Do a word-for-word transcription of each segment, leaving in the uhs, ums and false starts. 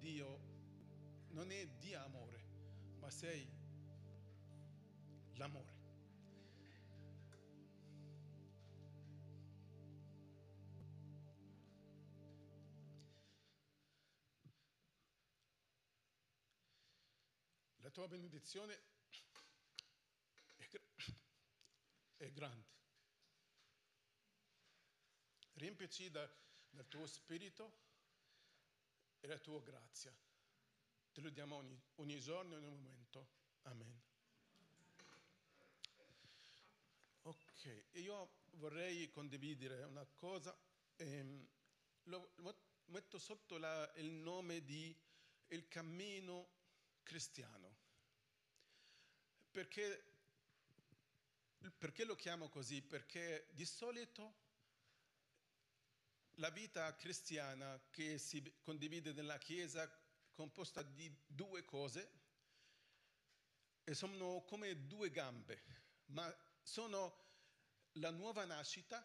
Dio non è Dio amore, ma sei l'amore. La tua benedizione è, è grande. Riempici da, dal tuo spirito e la tua grazia. Te lo diamo ogni, ogni giorno e ogni momento. Amen. Ok, io vorrei condividere una cosa. Ehm, lo, lo metto sotto la, il nome di il cammino cristiano. Perché, perché lo chiamo così? Perché di solito la vita cristiana che si condivide nella Chiesa è composta di due cose e sono come due gambe, ma sono la nuova nascita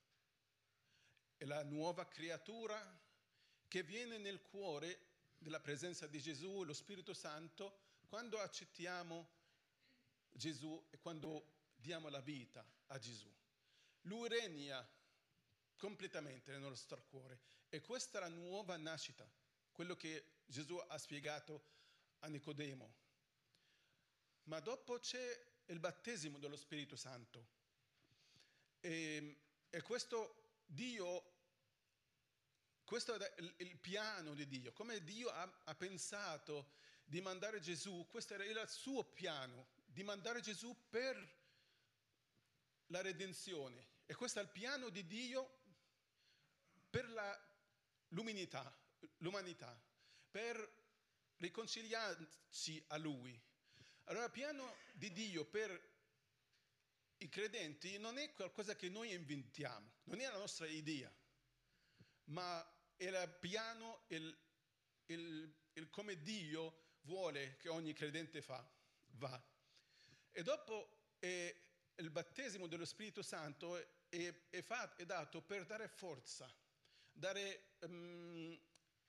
e la nuova creatura che viene nel cuore della presenza di Gesù, lo Spirito Santo, quando accettiamo Gesù e quando diamo la vita a Gesù. Lui regna completamente nel nostro cuore e questa è la nuova nascita, quello che Gesù ha spiegato a Nicodemo. Ma dopo c'è il battesimo dello Spirito Santo e, e questo Dio, questo è il, il piano di Dio, come Dio ha, ha pensato di mandare Gesù, questo era il suo piano, di mandare Gesù per la redenzione. E questo è il piano di Dio per la, l'umanità, l'umanità, per riconciliarci a Lui. Allora il piano di Dio per i credenti non è qualcosa che noi inventiamo, non è la nostra idea, ma è il piano, il, il, il come Dio vuole che ogni credente fa, va. E dopo è, il battesimo dello Spirito Santo è, è, fatto, è dato per dare forza, dare um,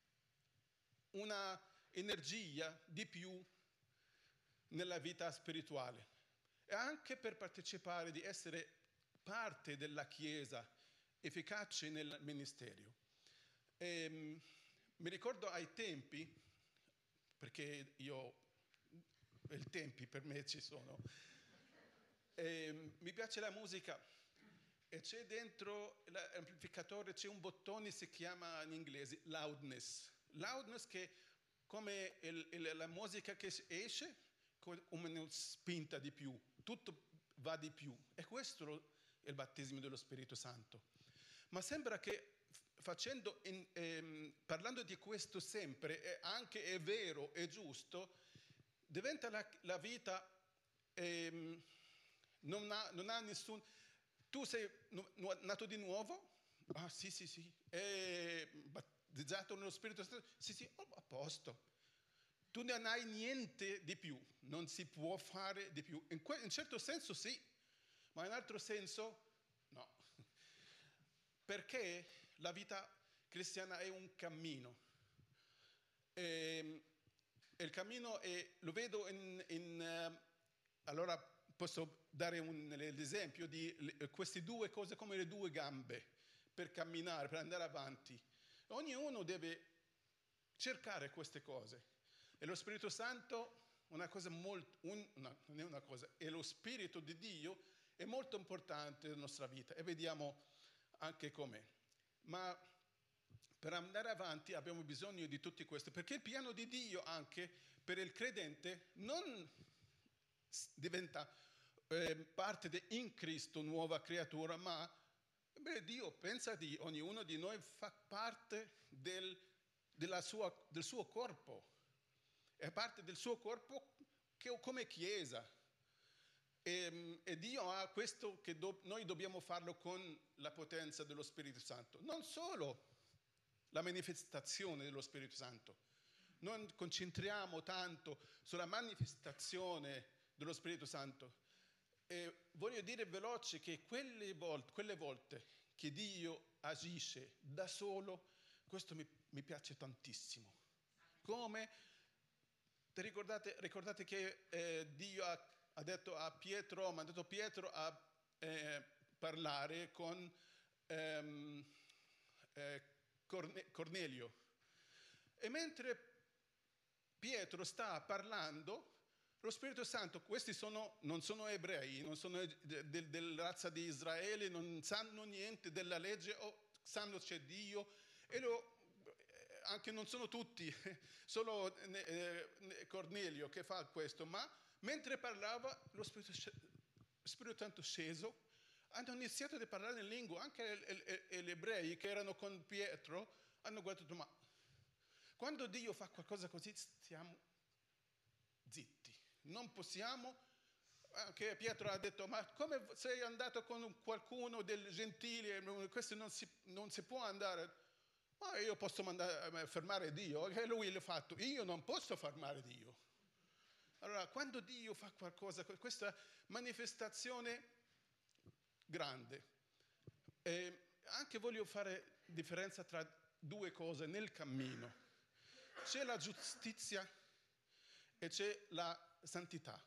una energia di più nella vita spirituale e anche per partecipare, di essere parte della Chiesa, efficace nel ministero. E, um, mi ricordo ai tempi, perché io, i tempi per me ci sono, e, mi piace la musica e c'è dentro l'amplificatore, c'è un bottone, si chiama in inglese loudness. Loudness che come il, il, la musica che esce, come una spinta di più, tutto va di più. E questo è il battesimo dello Spirito Santo. Ma sembra che facendo, in, ehm, parlando di questo sempre, è anche è vero, è giusto, diventa la, la vita, ehm, non, ha, non ha nessun... Tu sei nato di nuovo? Ah sì, sì, sì. È battezzato nello Spirito Santo? Sì, sì, oh, a posto. Tu non hai niente di più, non si può fare di più. In un certo senso sì, ma in altro senso no. Perché la vita cristiana è un cammino. E il cammino è, lo vedo in... in uh, allora posso dare un, l'esempio di queste due cose come le due gambe per camminare, per andare avanti. Ognuno deve cercare queste cose. E lo Spirito Santo, una cosa molto, un, no, non è una cosa, è lo Spirito di Dio, è molto importante nella nostra vita e vediamo anche com'è. Ma per andare avanti abbiamo bisogno di tutti questi, perché il piano di Dio anche per il credente non diventa eh, parte di in Cristo, nuova creatura, ma beh, Dio pensa di ognuno di noi fa parte del, della sua, del suo corpo, è parte del suo corpo che, come Chiesa. E, e Dio ha questo che do, noi dobbiamo farlo con la potenza dello Spirito Santo. Non solo la manifestazione dello Spirito Santo. Non concentriamo tanto sulla manifestazione dello Spirito Santo. E voglio dire veloce che quelle volte, quelle volte che Dio agisce da solo, questo mi, mi piace tantissimo. come, ricordate, ricordate che eh, Dio ha, ha detto a Pietro, ha mandato Pietro a eh, parlare con ehm, eh, Corne- Cornelio. E mentre Pietro sta parlando, lo Spirito Santo, questi sono, non sono ebrei, non sono della de, de razza di Israele, non sanno niente della legge, o sanno c'è Dio, e lo, anche non sono tutti, solo eh, Cornelio che fa questo, ma mentre parlava lo Spirito, Spirito Santo sceso, hanno iniziato a parlare in lingua, anche gli ebrei che erano con Pietro hanno guardato, ma quando Dio fa qualcosa così stiamo zitti, non possiamo. Anche Pietro ha detto, ma come sei andato con qualcuno del gentile, questo non si, non si può andare. Ma io posso mandare, fermare Dio, e lui l'ha fatto, io non posso fermare Dio. Allora, quando Dio fa qualcosa, questa manifestazione grande, eh, anche voglio fare differenza tra due cose nel cammino. C'è la giustizia e c'è la santità.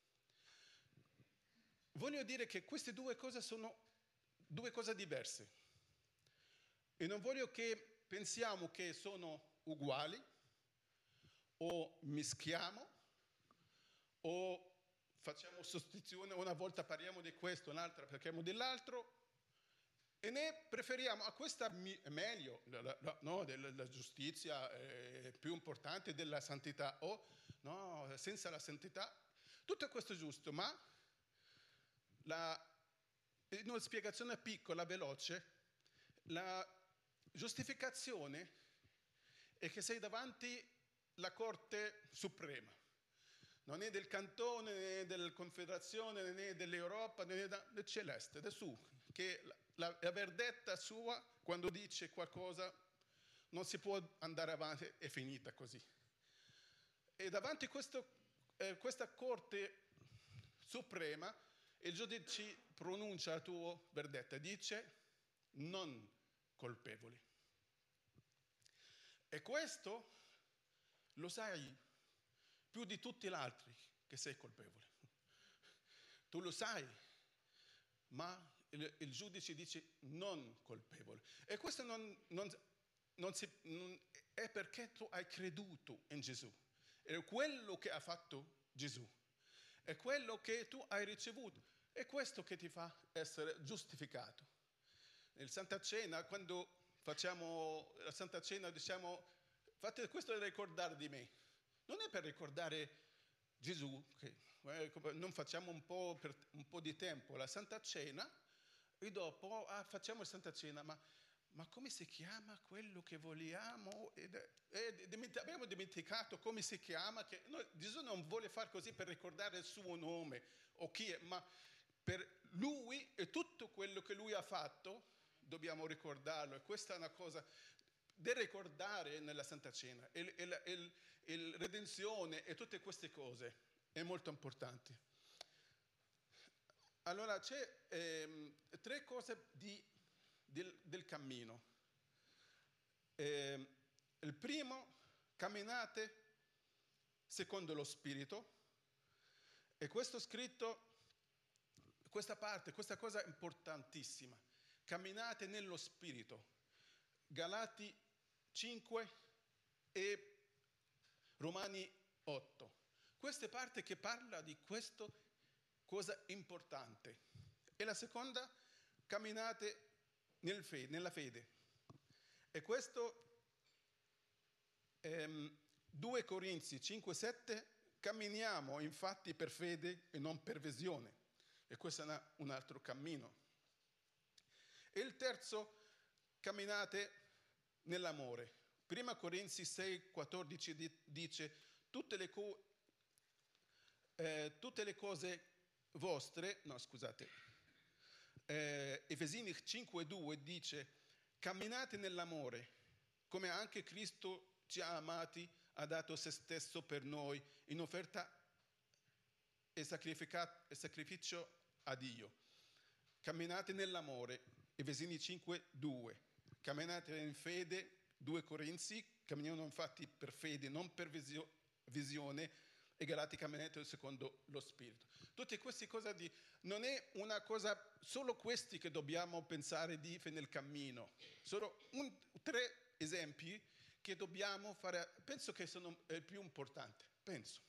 Voglio dire che queste due cose sono due cose diverse. E non voglio che pensiamo che sono uguali, o mischiamo, o facciamo sostituzione, una volta parliamo di questo, un'altra parliamo dell'altro, e ne preferiamo a questa è meglio, no, della giustizia è più importante della santità, o no, senza la santità, tutto questo è giusto, ma la, in una spiegazione piccola, veloce, la giustificazione è che sei davanti alla Corte Suprema. Non è del cantone, né della Confederazione, né dell'Europa, né del celeste, da su, che la, la verdetta sua, quando dice qualcosa, non si può andare avanti, è finita così. E davanti a questo, eh, questa Corte Suprema, il giudice pronuncia la tua verdetta, dice non colpevoli. E questo lo sai più di tutti gli altri che sei colpevole. Tu lo sai, ma il, il giudice dice non colpevole. E questo non, non, non, si, non è perché tu hai creduto in Gesù. È quello che ha fatto Gesù. È quello che tu hai ricevuto. È questo che ti fa essere giustificato. Nel Santa Cena, quando facciamo la Santa Cena, diciamo, fate questo per ricordare di me. Non è per ricordare Gesù, che non facciamo un po', per un po' di tempo la Santa Cena, e dopo ah, facciamo la Santa Cena, ma, ma come si chiama quello che vogliamo? E, e, abbiamo dimenticato come si chiama, che no, Gesù non vuole fare così per ricordare il suo nome o chi è, ma per lui e tutto quello che lui ha fatto dobbiamo ricordarlo, e questa è una cosa da ricordare nella Santa Cena. Il, il, il, il redenzione e tutte queste cose è molto importante. Allora c'è ehm, tre cose di, del, del cammino. Eh, il primo, camminate secondo lo Spirito, e questo scritto, questa parte, questa cosa è importantissima. Camminate nello Spirito. Galati cinque e Romani otto. Questa è parte che parla di questa cosa importante. E la seconda, camminate nel fede, nella fede. E questo, ehm, due Corinzi cinque sette, camminiamo infatti per fede e non per visione. E questo è una, un altro cammino. E il terzo, camminate nell'amore. Prima Corinzi sei quattordici dice tutte le, co- eh, tutte le cose vostre, no scusate, eh, Efesini cinque due dice camminate nell'amore come anche Cristo ci ha amati, ha dato se stesso per noi in offerta e sacrificio a Dio. Camminate nell'amore, Efesini cinque due. Camminate in fede, due Corinzi, camminiamo infatti per fede, non per visio- visione, e Galati camminate secondo lo Spirito. Tutte queste cose di, non è una cosa, solo questi che dobbiamo pensare di nel cammino. Solo un, tre esempi che dobbiamo fare, penso che sono il più importante, penso.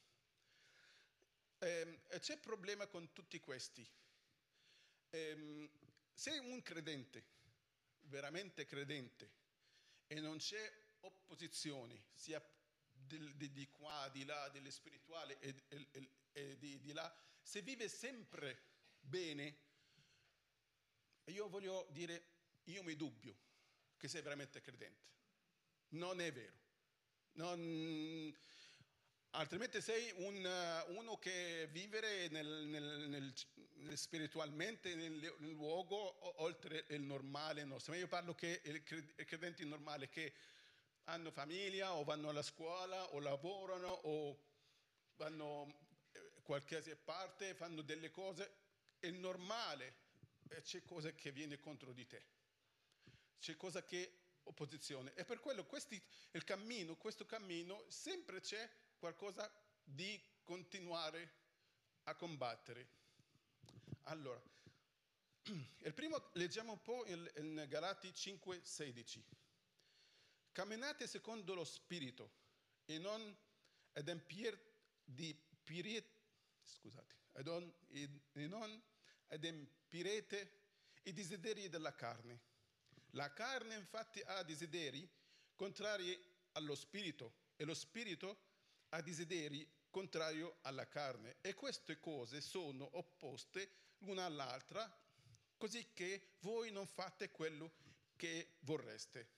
Ehm, c'è un problema con tutti questi. Ehm, se un credente, veramente credente, e non c'è opposizione, sia di, di, di qua, di là, delle spirituali e, e, e, e di, di là, se vive sempre bene, io voglio dire, io mi dubbio che sei veramente credente. Non è vero. Non, altrimenti sei un, uh, uno che vive nel, nel, nel, nel spiritualmente nel, nel luogo o, oltre il normale nostro. Ma io parlo che i credenti normali che hanno famiglia o vanno alla scuola o lavorano o vanno a qualsiasi parte, fanno delle cose, è normale, e c'è cosa che viene contro di te, c'è cosa che opposizione, e per quello questi, il cammino, questo cammino sempre c'è qualcosa di continuare a combattere. Allora, il primo leggiamo un po' in, in Galati cinque sedici. Camminate secondo lo Spirito e non adempir di pirit, scusate, e non, e non adempirete i desideri della carne. La carne infatti ha desideri contrari allo Spirito e lo Spirito ha desideri contrari alla carne, e queste cose sono opposte l'una all'altra, così che voi non fate quello che vorreste.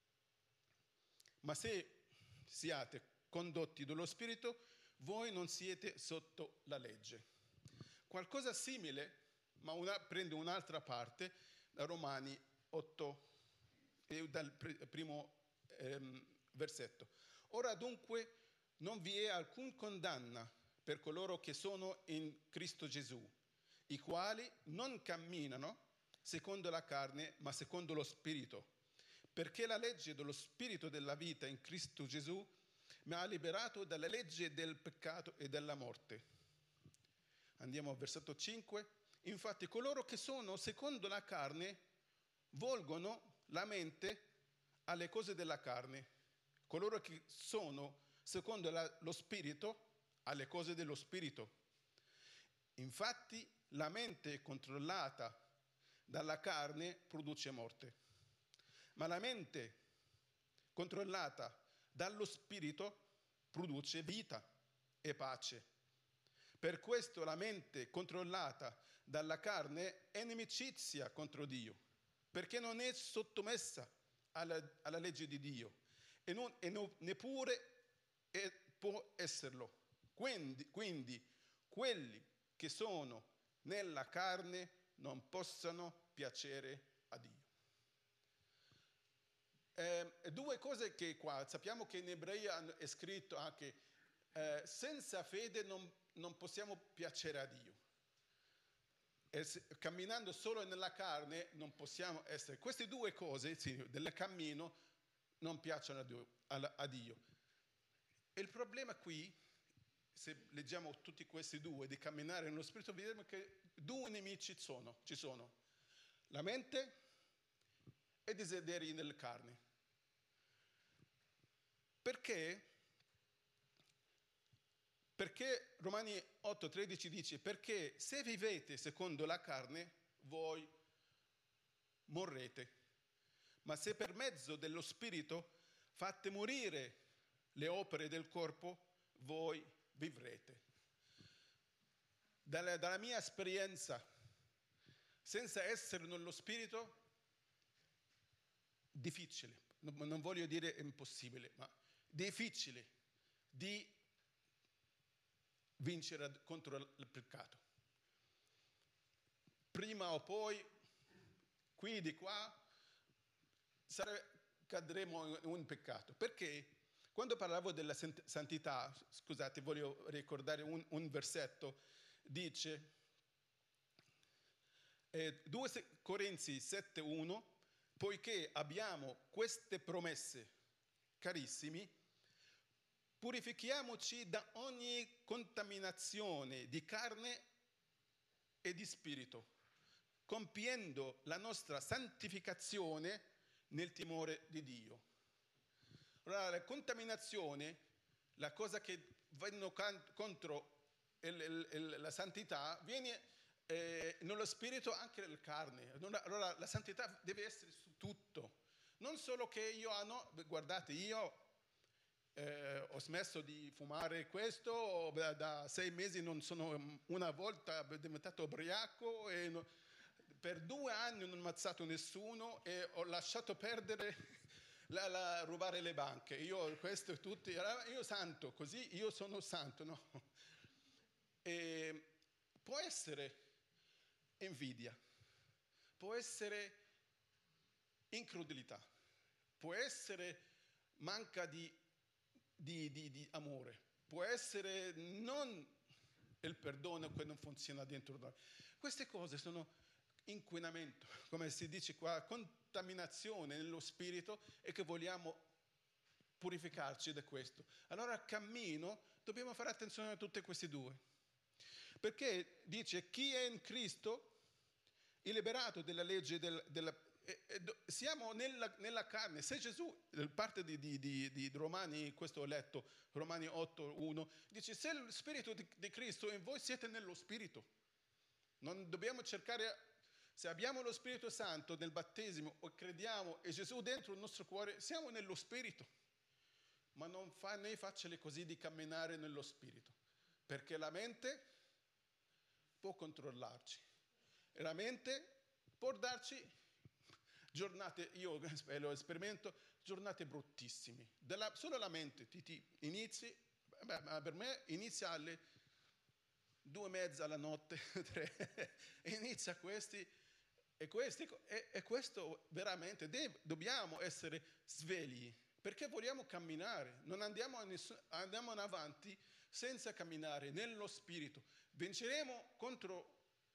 Ma se siate condotti dallo Spirito, voi non siete sotto la legge. Qualcosa simile, ma una, prende un'altra parte, da Romani otto, e dal primo ehm, versetto. Ora dunque non vi è alcun condanna per coloro che sono in Cristo Gesù, i quali non camminano secondo la carne, ma secondo lo Spirito. Perché la legge dello Spirito della vita in Cristo Gesù mi ha liberato dalla legge del peccato e della morte. Andiamo al versetto cinque. Infatti coloro che sono secondo la carne volgono la mente alle cose della carne. Coloro che sono secondo la, lo Spirito alle cose dello Spirito. Infatti la mente controllata dalla carne produce morte. Ma la mente controllata dallo Spirito produce vita e pace. Per questo la mente controllata dalla carne è inimicizia contro Dio, perché non è sottomessa alla, alla legge di Dio e, non, e non, neppure è, può esserlo. Quindi, quindi quelli che sono nella carne non possono piacere a Dio. Eh, due cose che qua sappiamo che in Ebrei è scritto anche eh, senza fede non, non possiamo piacere a Dio, e se, camminando solo nella carne non possiamo essere. Queste due cose sì, del cammino non piacciono a Dio, a, a Dio. E il problema qui, se leggiamo tutti questi due di camminare nello Spirito, vediamo che due nemici sono, ci sono: la mente e i desideri nella carne. Perché? Perché Romani otto tredici dice: perché se vivete secondo la carne, voi morrete. Ma se per mezzo dello Spirito fate morire le opere del corpo, voi vivrete. Dalla, dalla mia esperienza, senza essere nello Spirito, difficile, non voglio dire impossibile, ma difficile di vincere contro il peccato. Prima o poi, qui di qua, sare, cadremo in un peccato. Perché quando parlavo della santità, scusate, voglio ricordare un, un versetto, dice eh, due Corinzi sette uno, poiché abbiamo queste promesse, carissimi, purifichiamoci da ogni contaminazione di carne e di spirito, compiendo la nostra santificazione nel timore di Dio. Allora, la contaminazione, la cosa che vanno contro il, il, il, la santità, viene eh, nello spirito anche nella carne. Allora, la santità deve essere su tutto. Non solo che io, ah no, guardate, io eh, ho smesso di fumare questo, da, da sei mesi non sono una volta diventato ubriaco e no, per due anni non ho ammazzato nessuno e ho lasciato perdere la, la, rubare le banche. Io questo tutti, io santo, così io sono santo, no? E può essere invidia, può essere incredulità, può essere manca di, di, di, di amore, può essere non il perdono che non funziona dentro noi. Queste cose sono inquinamento, come si dice qua, contaminazione nello spirito e che vogliamo purificarci da questo. Allora cammino, dobbiamo fare attenzione a tutti questi due. Perché dice chi è in Cristo è liberato dalla legge del, della eh, eh, siamo nella, nella carne. Se Gesù, parte di, di, di, di Romani, questo ho letto, Romani otto uno, dice se lo Spirito di, di Cristo è in voi siete nello Spirito. Non dobbiamo cercare, se abbiamo lo Spirito Santo nel battesimo o crediamo e Gesù dentro il nostro cuore, siamo nello Spirito. Ma non fa, né facile così di camminare nello Spirito, perché la mente può controllarci. E la mente può darci giornate, io lo esperimento, giornate bruttissime. Della, solo la mente ti, ti inizi, beh, ma per me inizia alle due e mezza la notte, tre, inizia questi, e, questi, e, e questo veramente, deve, dobbiamo essere svegli, perché vogliamo camminare, non andiamo, a nessun, andiamo avanti senza camminare nello Spirito. Vinceremo contro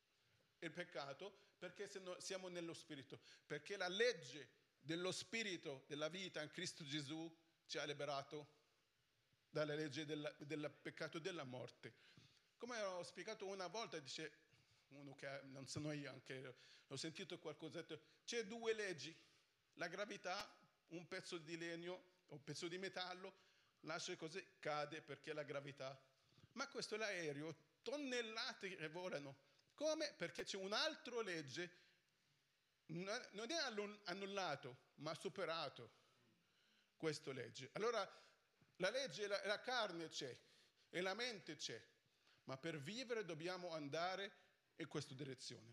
il peccato perché siamo nello Spirito, perché la legge dello Spirito della vita in Cristo Gesù ci ha liberato dalla legge del, del peccato e della morte. Come ho spiegato una volta, dice uno che non sono io, anche ho sentito qualcosa, c'è due leggi, la gravità, un pezzo di legno o un pezzo di metallo, lascia così, cade perché la gravità. Ma questo è l'aereo, tonnellate che volano. Come? Perché c'è un'altra legge, non è annullato, ma superato questa legge. Allora, la legge, la, la carne c'è e la mente c'è, ma per vivere dobbiamo andare in questa direzione.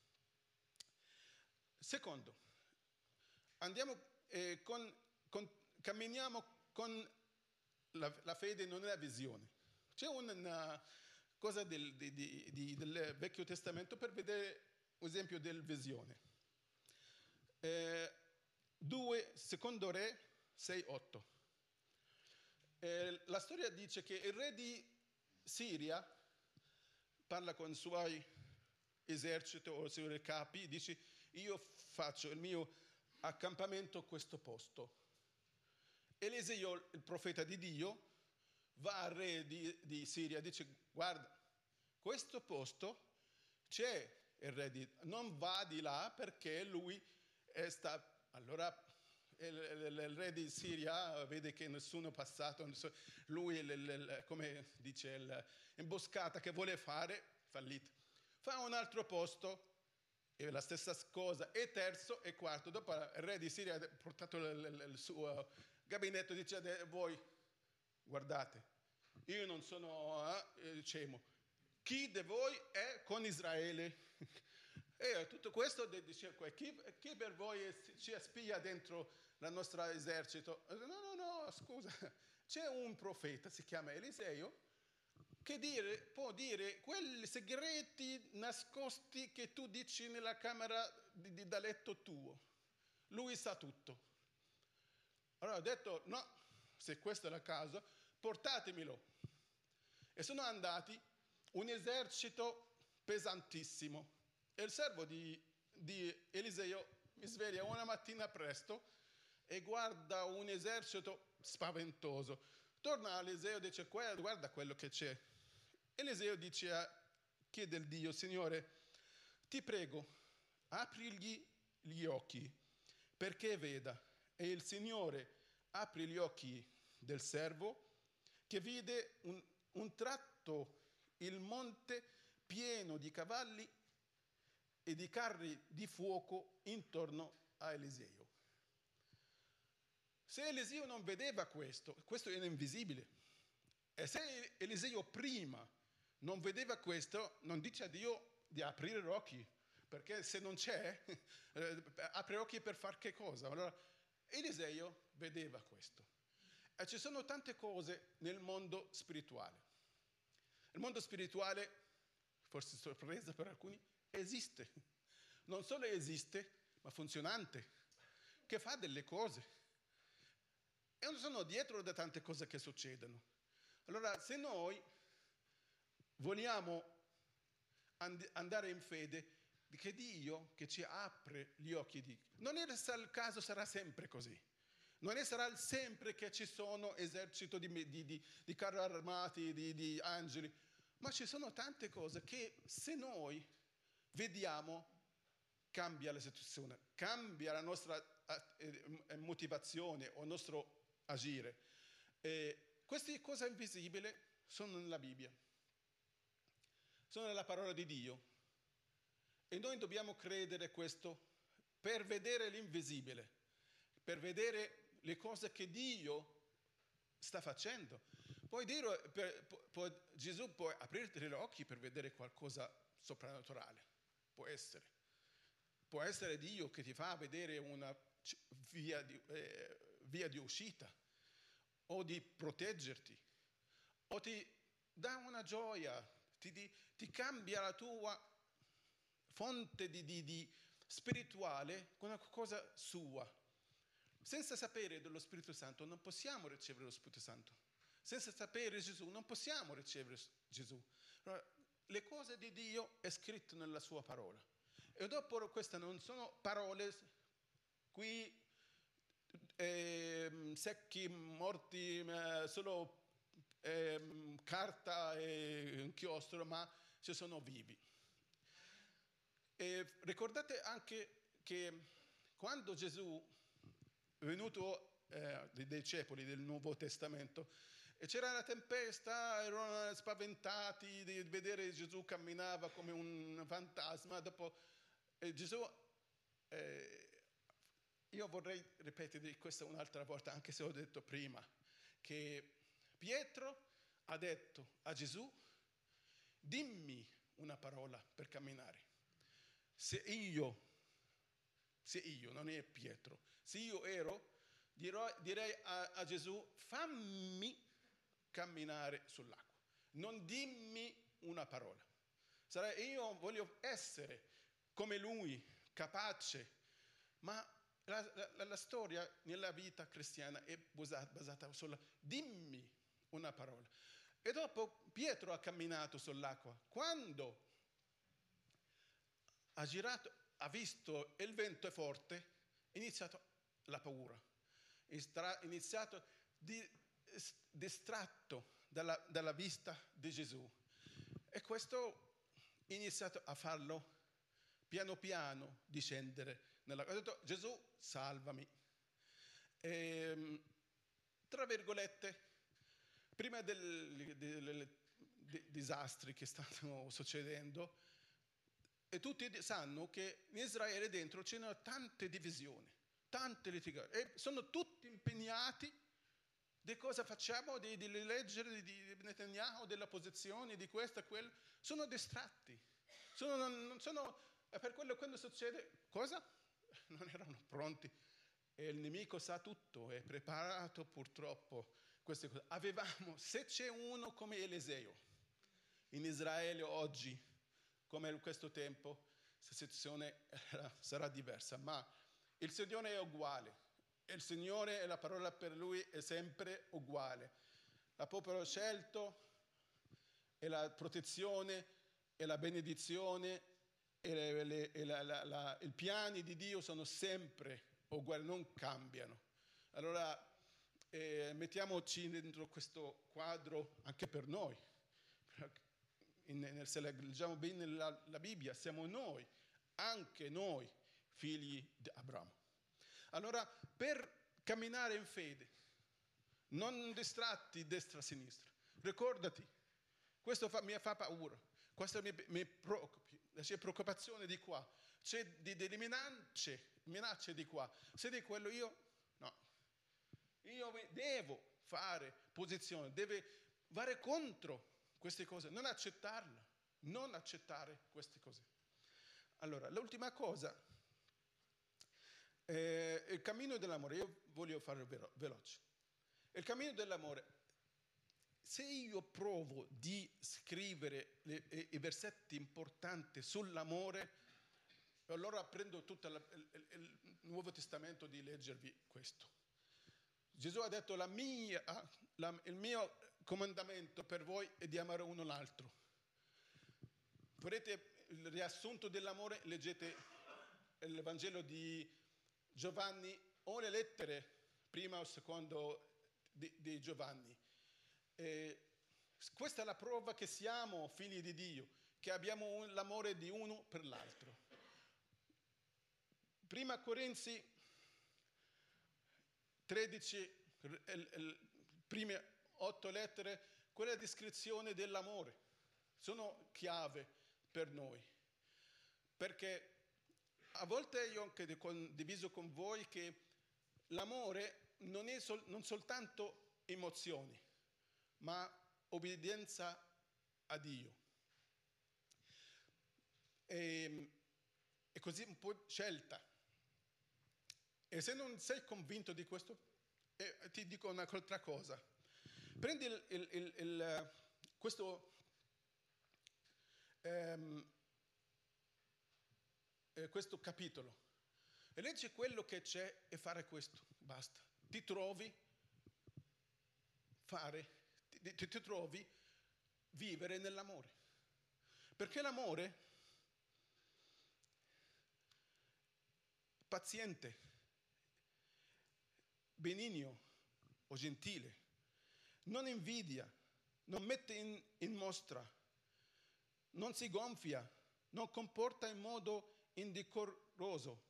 Secondo, andiamo eh, con, con, camminiamo con la, la fede, non è la visione. C'è una cosa del, di, di, di, del Vecchio Testamento per vedere un esempio della visione. Eh, due, secondo Re sei otto. Eh, la storia dice che il re di Siria parla con i suoi eserciti o i suoi capi, dice io faccio il mio accampamento a questo posto. Eliseo, il profeta di Dio, va al re di, di Siria e dice guarda, questo posto c'è il re di, non va di là perché lui è sta, allora il, il, il re di Siria vede che nessuno è passato, lui il, il, come dice l'imboscata che vuole fare, fallita, fa un altro posto e la stessa cosa, e terzo e quarto, dopo il re di Siria ha portato il, il, il suo gabinetto, dice voi guardate, io non sono eh, cemo, chi di voi è con Israele? E tutto questo dice chi, chi per voi ci spia dentro il nostro esercito? No, no, no, scusa, c'è un profeta, si chiama Eliseo, che dire, può dire quelli segreti nascosti che tu dici nella camera di, di, da letto tuo. Lui sa tutto. Allora ho detto, no, se questo è il caso, portatemelo. E sono andati un esercito pesantissimo. E il servo di, di Eliseo mi sveglia una mattina presto e guarda un esercito spaventoso. Torna a Eliseo e dice, guarda quello che c'è. Eliseo dice a, chiede al Dio, Signore, ti prego, aprigli gli occhi perché veda. E il Signore apre gli occhi del servo che vide un, un tratto il monte pieno di cavalli e di carri di fuoco intorno a Eliseo. Se Eliseo non vedeva questo, questo era invisibile. E se Eliseo prima non vedeva questo, non dice a Dio di aprire gli occhi, perché se non c'è, eh, apre gli occhi per fare che cosa? Allora, Eliseo vedeva questo. E ci sono tante cose nel mondo spirituale. Il mondo spirituale, forse sorpresa per alcuni, esiste. Non solo esiste, ma funzionante, che fa delle cose. E non sono dietro da tante cose che succedono. Allora, se noi vogliamo and- andare in fede, che Dio che ci apre gli occhi, di... non è il caso, sarà sempre così. Non è sarà sempre che ci sono eserciti di, di, di, di carri armati, di, di angeli, ma ci sono tante cose che se noi vediamo cambia la situazione, cambia la nostra eh, motivazione o il nostro agire. Eh, queste cose invisibili sono nella Bibbia, sono nella parola di Dio e noi dobbiamo credere questo per vedere l'invisibile, per vedere le cose che Dio sta facendo. Poi dire, per, può, Gesù può aprirti gli occhi per vedere qualcosa soprannaturale, può essere. Può essere Dio che ti fa vedere una via di, eh, via di uscita, o di proteggerti, o ti dà una gioia, ti, ti, ti cambia la tua fonte di, di, di spirituale con una cosa sua. Senza sapere dello Spirito Santo non possiamo ricevere lo Spirito Santo. Senza sapere Gesù non possiamo ricevere Gesù. Allora, le cose di Dio è scritto nella sua parola. E dopo queste non sono parole qui eh, secchi, morti, eh, solo eh, carta e inchiostro, ma ci sono vivi. E ricordate anche che quando Gesù è venuto eh, dei discepoli del Nuovo Testamento e c'era la tempesta, erano spaventati di vedere Gesù camminava come un fantasma. Dopo eh, Gesù, eh, io vorrei ripetere questo un'altra volta, anche se ho detto prima, che Pietro ha detto a Gesù, dimmi una parola per camminare. Se io, se io, non è Pietro, se io ero, dirò, direi a, a Gesù, fammi camminare sull'acqua. Non dimmi una parola. Sarei, io voglio essere come lui, capace, ma la, la, la storia nella vita cristiana è basata, basata sulla dimmi una parola. E dopo Pietro ha camminato sull'acqua. Quando ha girato, ha visto il vento è forte, è iniziato la paura, è iniziato di, distratto dalla, dalla vista di Gesù. E questo ha iniziato a farlo piano piano discendere nella... Ha detto, Gesù, salvami. E, tra virgolette, prima dei disastri che stanno succedendo, e tutti sanno che in Israele dentro c'erano tante divisioni, tante litigate, e sono tutti impegnati di cosa facciamo, di, di leggere di Netanyahu, della posizione, di questo e quello. Sono distratti. Sono, non, non sono, per quello quando succede, cosa? Non erano pronti. E il nemico sa tutto, è preparato purtroppo queste cose. Avevamo, se c'è uno come Eliseo in Israele oggi, come in questo tempo, la situazione sarà diversa, ma il Signore è uguale. Il Signore e la parola per Lui è sempre uguale. Il popolo scelto e la protezione e la benedizione e, le, le, e la, la, la, i piani di Dio sono sempre uguali, non cambiano. Allora e mettiamoci dentro questo quadro anche per noi. In, se leggiamo bene la, la Bibbia, siamo noi, anche noi, figli di Abramo. Allora, per camminare in fede, non distratti destra e sinistra, ricordati, questo fa, mi fa paura, questo mi, mi preoccupa, c'è preoccupazione di qua, c'è di, delle minacce, minacce di qua, se di quello io, no, io devo fare posizione, deve fare contro queste cose, non accettarla, non accettare queste cose. Allora, l'ultima cosa, eh, il cammino dell'amore, io voglio farlo velo- veloce. Il cammino dell'amore, se io provo di scrivere le, i, i versetti importanti sull'amore, allora prendo tutto la, il, il, il Nuovo Testamento di leggervi questo. Gesù ha detto, la mia, la, il mio comandamento per voi è di amare uno l'altro. Volete il riassunto dell'amore? Leggete il Vangelo di Giovanni o le lettere, prima o secondo di, di Giovanni. E questa è la prova che siamo figli di Dio, che abbiamo un, l'amore di uno per l'altro. Prima Corinzi tredici, il, il, prime otto lettere, quella descrizione dell'amore, sono chiave per noi. Perché a volte io ho anche condiviso con voi che l'amore non è sol, non soltanto emozioni, ma obbedienza a Dio. E, e così un po' scelta. E se non sei convinto di questo, eh, ti dico un'altra cosa. Prendi il, il, il, il, questo, ehm, eh, questo capitolo e leggi quello che c'è e fare questo, basta. Ti trovi fare, ti, ti, ti trovi vivere nell'amore. Perché l'amore paziente, benigno o gentile, non invidia, non mette in, in mostra, non si gonfia, non comporta in modo indecoroso,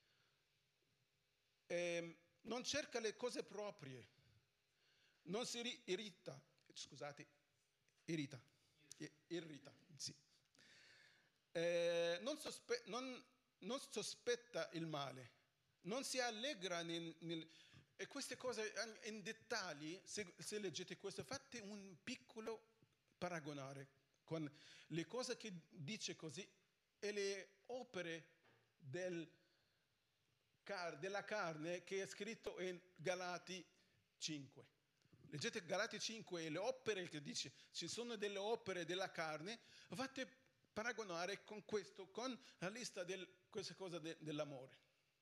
eh, non cerca le cose proprie, non si irrita, scusate, irrita, irrita, sì. Eh, non, sospe- non, non sospetta il male, non si allegra nel, nel e queste cose in dettagli, se, se leggete questo, fate un piccolo paragonare con le cose che dice così e le opere del, della carne che è scritto in Galati cinque. Leggete Galati cinque e le opere che dice, ci sono delle opere della carne, fate paragonare con questo, con la lista di queste cose de, dell'amore.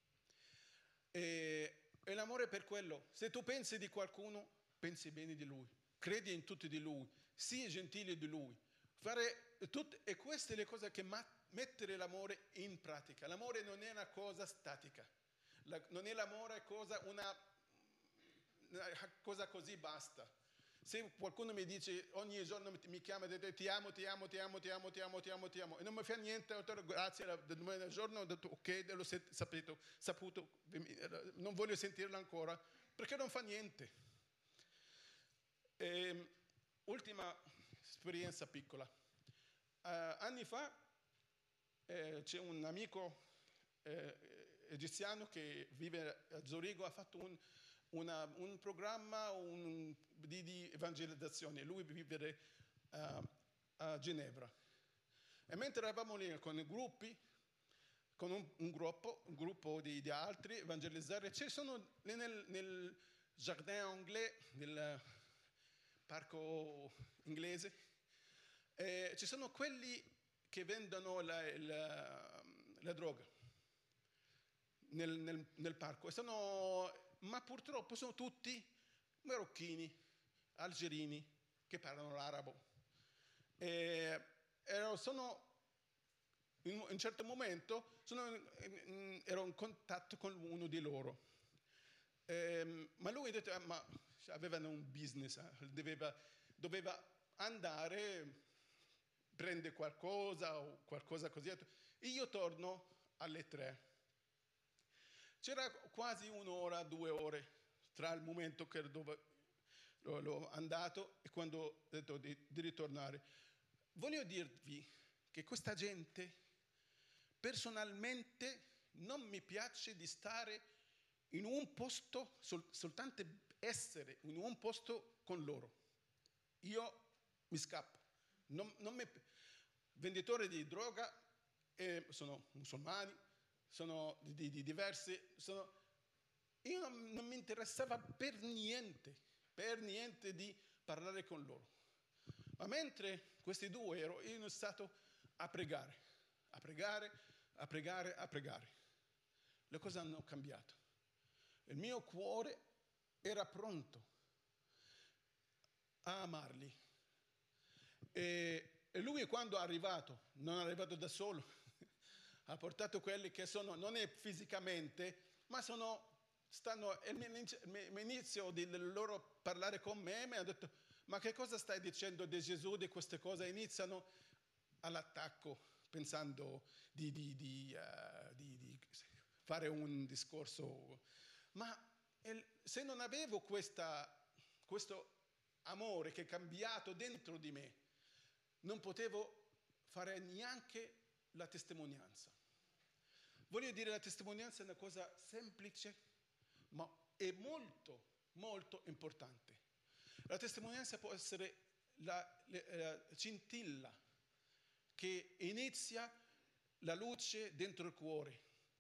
E, E l'amore è per quello, se tu pensi di qualcuno, pensi bene di lui, credi in tutti di lui, sii gentile di lui. Fare tut- e queste le cose che ma- mettere l'amore in pratica. L'amore non è una cosa statica, La, non è l'amore cosa, una, una cosa così basta. Se qualcuno mi dice ogni giorno mi chiama e dice ti amo, ti amo, ti amo, ti amo, ti amo, ti amo, ti amo e non mi fa niente, grazie, del giorno ho detto ok, l'ho saputo, saputo, non voglio sentirlo ancora, perché non fa niente. E, ultima esperienza piccola. Uh, anni fa eh, c'è un amico eh, egiziano che vive a Zurigo, ha fatto un Una, un programma un, di, di evangelizzazione, lui vive uh, a Ginevra. E mentre eravamo lì con i gruppi, con un, un gruppo, un gruppo di, di altri, evangelizzare, ci sono lì nel, nel Jardin Anglais, nel parco inglese, eh, ci sono quelli che vendono la, la, la droga nel, nel, nel parco. E sono... Ma purtroppo sono tutti marocchini, algerini, che parlano l'arabo. E, e sono, in un certo momento sono, in, ero in contatto con uno di loro. ehm, ma lui ha detto, eh, ma avevano un business, eh, doveva, doveva andare, prende qualcosa o qualcosa così. Io torno alle tre. C'era quasi un'ora, due ore tra il momento che dove l'ho andato e quando ho detto di, di ritornare. Voglio dirvi che questa gente personalmente non mi piace di stare in un posto, sol, soltanto essere in un posto con loro. Io mi scappo. Non, non mi, venditori di droga eh, sono musulmani, sono di, di diversi, sono, io non, non mi interessava per niente, per niente di parlare con loro. Ma mentre questi due ero, io sono stato a pregare, a pregare, a pregare, a pregare. Le cose hanno cambiato. Il mio cuore era pronto a amarli. E, e lui quando è arrivato, non è arrivato da solo, ha portato quelli che sono, non è fisicamente, ma sono, stanno, all'inizio di loro parlare con me, mi ha detto, ma che cosa stai dicendo di Gesù, di queste cose? Iniziano all'attacco, pensando di, di, di, uh, di, di fare un discorso. Ma el, se non avevo questa, questo amore che è cambiato dentro di me, non potevo fare neanche la testimonianza. Voglio dire, la testimonianza è una cosa semplice, ma è molto, molto importante. La testimonianza può essere la, la, la scintilla che inizia la luce dentro il cuore.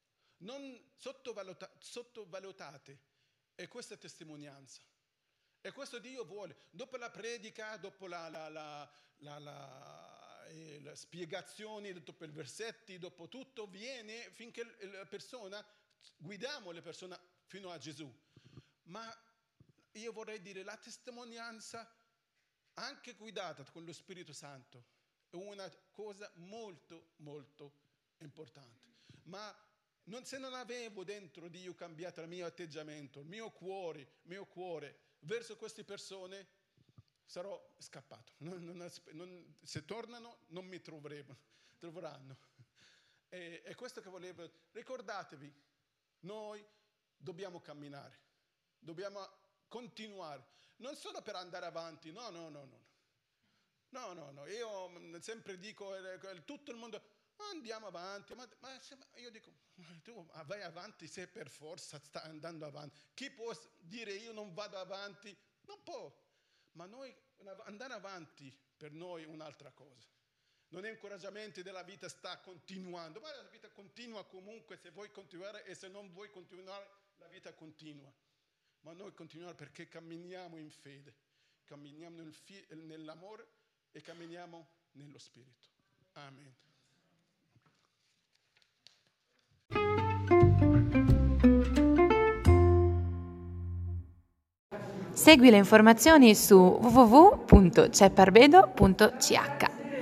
Non sottovaluta, sottovalutate è questa testimonianza. E questo Dio vuole. Dopo la predica, dopo la, la, la, la, la, eh, le spiegazioni, dopo i versetti, dopo tutto, viene finché la persona, guidiamo le persone fino a Gesù. Ma io vorrei dire, la testimonianza, anche guidata con lo Spirito Santo, è una cosa molto, molto importante. Ma non, se non avevo dentro Dio cambiato il mio atteggiamento, il mio cuore, il mio cuore verso queste persone, sarò scappato. Non, non, non, se tornano non mi troveranno. troveranno. E, e questo che volevo, ricordatevi, noi dobbiamo camminare, dobbiamo continuare, non solo per andare avanti, no, no, no, no. No, no, no, io sempre dico, tutto il mondo, andiamo avanti, ma, ma io dico, tu vai avanti se per forza sta andando avanti. Chi può dire io non vado avanti? Non può. Ma noi, andare avanti per noi è un'altra cosa. Non è incoraggiamento della vita sta continuando, ma la vita continua comunque, se vuoi continuare e se non vuoi continuare, la vita continua. Ma noi continuiamo perché camminiamo in fede, camminiamo nel fi- nell'amore e camminiamo nello Spirito. Amen. Segui le informazioni su w w w punto cepparbedo punto c h.